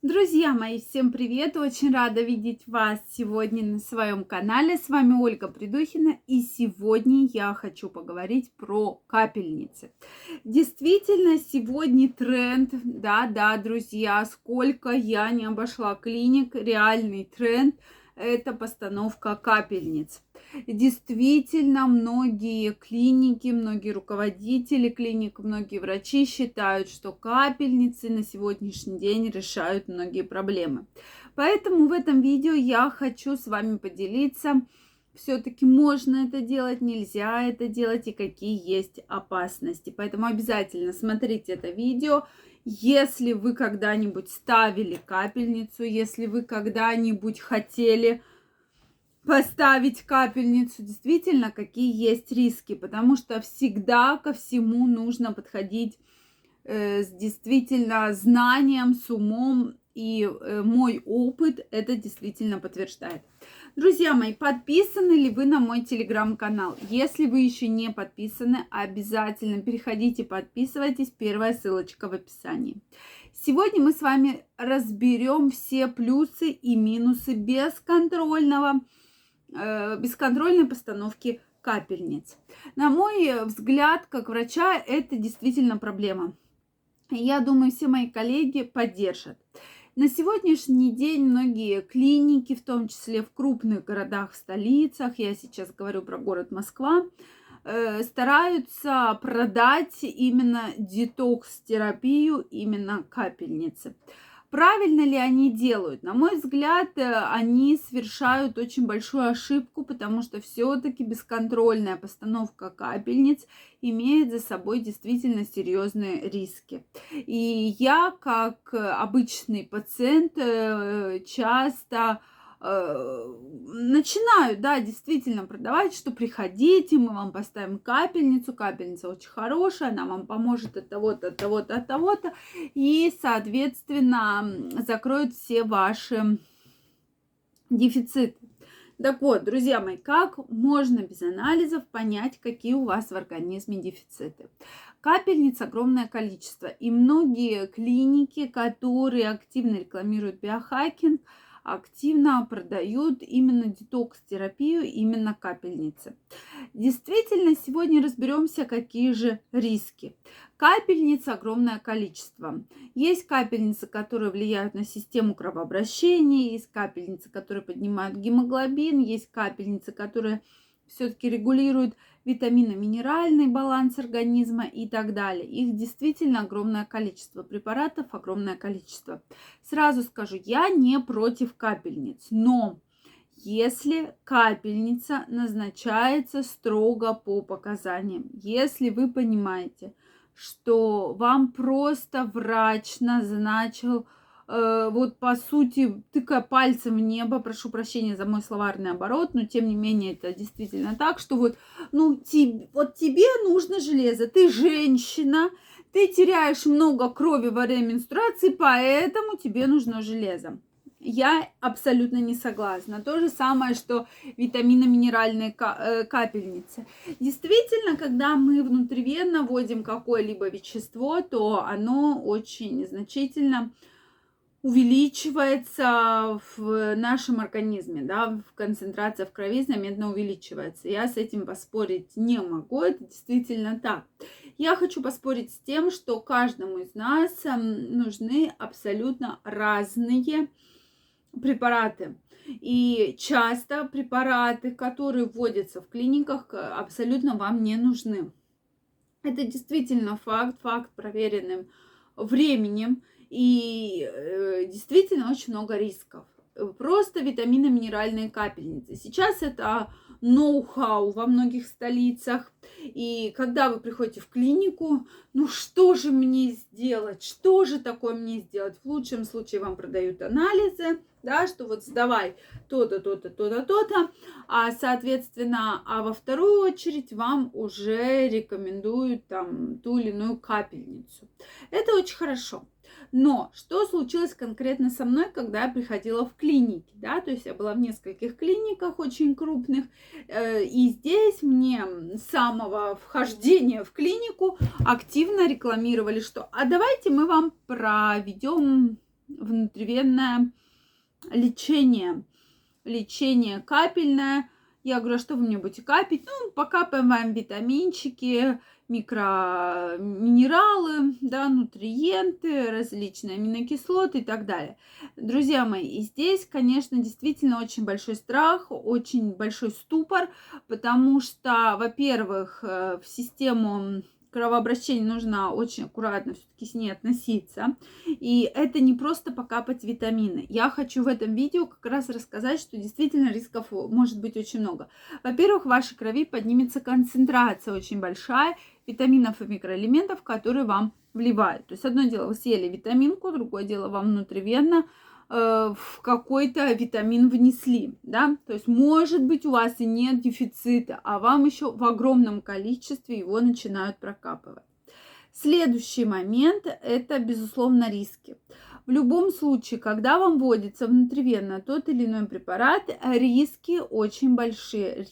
Друзья мои, всем привет! Очень рада видеть вас сегодня на своем канале. С вами Ольга Придухина, и сегодня я хочу поговорить про капельницы. Действительно, сегодня тренд, да, друзья, сколько я не обошла клиник, реальный тренд – это постановка капельниц. Действительно, многие клиники, многие руководители клиник, многие врачи считают, что капельницы на сегодняшний день решают многие проблемы. Поэтому в этом видео я хочу с вами поделиться, все-таки можно это делать, нельзя это делать и какие есть опасности. Поэтому обязательно смотрите это видео. Если вы когда-нибудь ставили капельницу, если вы когда-нибудь хотели поставить капельницу, действительно, какие есть риски, потому что всегда ко всему нужно подходить с действительно знанием, с умом, и мой опыт это действительно подтверждает. Друзья мои, подписаны ли вы на мой телеграм-канал? Если вы еще не подписаны, обязательно переходите, подписывайтесь, первая ссылочка в описании. Сегодня мы с вами разберем все плюсы и минусы бесконтрольной постановки капельниц. На мой взгляд, как врача, это действительно проблема. Я думаю, все мои коллеги поддержат. На сегодняшний день многие клиники, в том числе в крупных городах, в столицах, я сейчас говорю про город Москва, стараются продать именно детокс-терапию, именно капельницы. Правильно ли они делают? На мой взгляд, они совершают очень большую ошибку, потому что все-таки бесконтрольная постановка капельниц имеет за собой действительно серьезные риски. И я, как обычный пациент, часто начинаю, да, действительно продавать, что приходите, мы вам поставим капельницу, капельница очень хорошая, она вам поможет от того-то, от того-то, от того-то, и, соответственно, закроет все ваши дефициты. Так вот, друзья мои, как можно без анализов понять, какие у вас в организме дефициты? Капельниц огромное количество, и многие клиники, которые активно рекламируют биохакинг, активно продают именно детокс-терапию, именно капельницы. Действительно, сегодня разберемся, какие же риски. Капельниц огромное количество. Есть капельницы, которые влияют на систему кровообращения, есть капельницы, которые поднимают гемоглобин, есть капельницы, которые все-таки регулируют витаминно-минеральный баланс организма и так далее. Их действительно огромное количество. Препаратов огромное количество. Сразу скажу, я не против капельниц, но если капельница назначается строго по показаниям, если вы понимаете, что вам просто врач назначил, вот по сути, тыкая пальцем в небо, прошу прощения за мой словарный оборот, но тем не менее это действительно так, что вот тебе нужно железо, ты женщина, ты теряешь много крови во время менструации, поэтому тебе нужно железо. Я абсолютно не согласна. То же самое, что витаминно-минеральные капельницы. Действительно, когда мы внутривенно вводим какое-либо вещество, то оно очень значительно увеличивается в нашем организме, да, концентрация в крови заметно увеличивается. Я с этим поспорить не могу, это действительно так. Я хочу поспорить с тем, что каждому из нас нужны абсолютно разные препараты. И часто препараты, которые вводятся в клиниках, абсолютно вам не нужны. Это действительно факт проверенным временем. И действительно очень много рисков. Просто витаминно-минеральные капельницы. Сейчас это ноу-хау во многих столицах. И когда вы приходите в клинику, ну что же мне сделать? Что же такое мне сделать? В лучшем случае вам продают анализы, да, что вот сдавай то-то, то-то, то-то, то-то. Соответственно, во вторую очередь вам уже рекомендуют там ту или иную капельницу. Это очень хорошо. Но что случилось конкретно со мной, когда я приходила в клиники, да, то есть я была в нескольких клиниках очень крупных, и здесь мне с самого вхождения в клинику активно рекламировали, что давайте мы вам проведем внутривенное лечение капельное. Я говорю, а что вы мне будете капить? Ну, покапаем вам витаминчики, микроминералы, да, нутриенты, различные аминокислоты и так далее. Друзья мои, и здесь, конечно, действительно очень большой страх, очень большой ступор, потому что, во-первых, в систему кровообращения нужно очень аккуратно все-таки с ней относиться. И это не просто покапать витамины. Я хочу в этом видео как раз рассказать, что действительно рисков может быть очень много. Во-первых, в вашей крови поднимется концентрация очень большая витаминов и микроэлементов, которые вам вливают. То есть одно дело, вы съели витаминку, другое дело, вам внутривенно в какой-то витамин внесли, да, то есть может быть у вас и нет дефицита, а вам еще в огромном количестве его начинают прокапывать. Следующий момент – это, безусловно, риски. В любом случае, когда вам вводится внутривенно тот или иной препарат, риски очень большие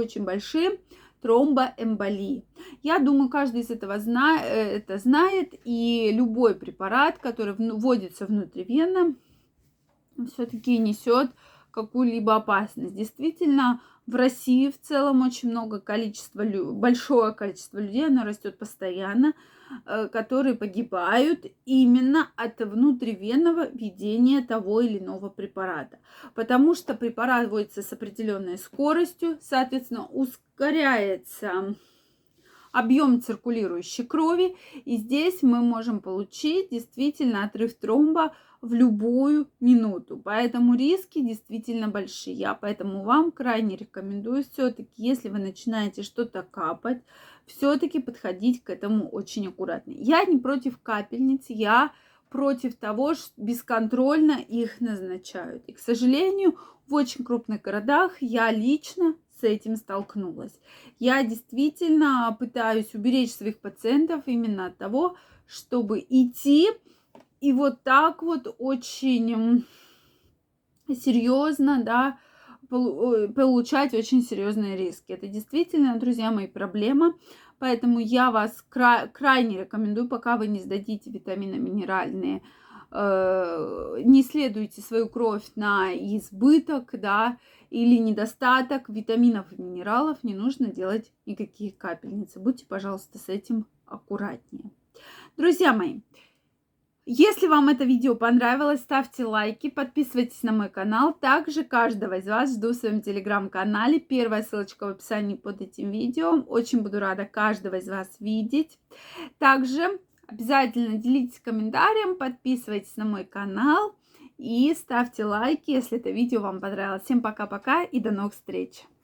тромбоэмболии. Я думаю, каждый из этого это знает, и любой препарат, который вводится внутривенно, все-таки несет какую-либо опасность. Действительно, в России в целом очень большое количество людей, оно растет постоянно, которые погибают именно от внутривенного введения того или иного препарата. Потому что препарат вводится с определенной скоростью, соответственно, ускоряется объем циркулирующей крови, и здесь мы можем получить действительно отрыв тромба в любую минуту. Поэтому риски действительно большие. Я поэтому вам крайне рекомендую все-таки, если вы начинаете что-то капать, все-таки подходить к этому очень аккуратно. Я не против капельниц, я против того, что бесконтрольно их назначают. И, к сожалению, в очень крупных городах я лично с этим столкнулась. Я действительно пытаюсь уберечь своих пациентов именно от того, чтобы идти и вот так вот очень серьезно, да, получать очень серьезные риски. Это действительно, друзья мои, проблема. Поэтому я вас крайне рекомендую, пока вы не сдадите витаминно-минеральные, не исследуйте свою кровь на избыток, да, или недостаток витаминов и минералов, не нужно делать никакие капельницы. Будьте, пожалуйста, с этим аккуратнее. Друзья мои, если вам это видео понравилось, ставьте лайки, подписывайтесь на мой канал. Также каждого из вас жду в своем телеграм-канале. Первая ссылочка в описании под этим видео. Очень буду рада каждого из вас видеть. Также обязательно делитесь комментарием, подписывайтесь на мой канал и ставьте лайки, если это видео вам понравилось. Всем пока-пока и до новых встреч!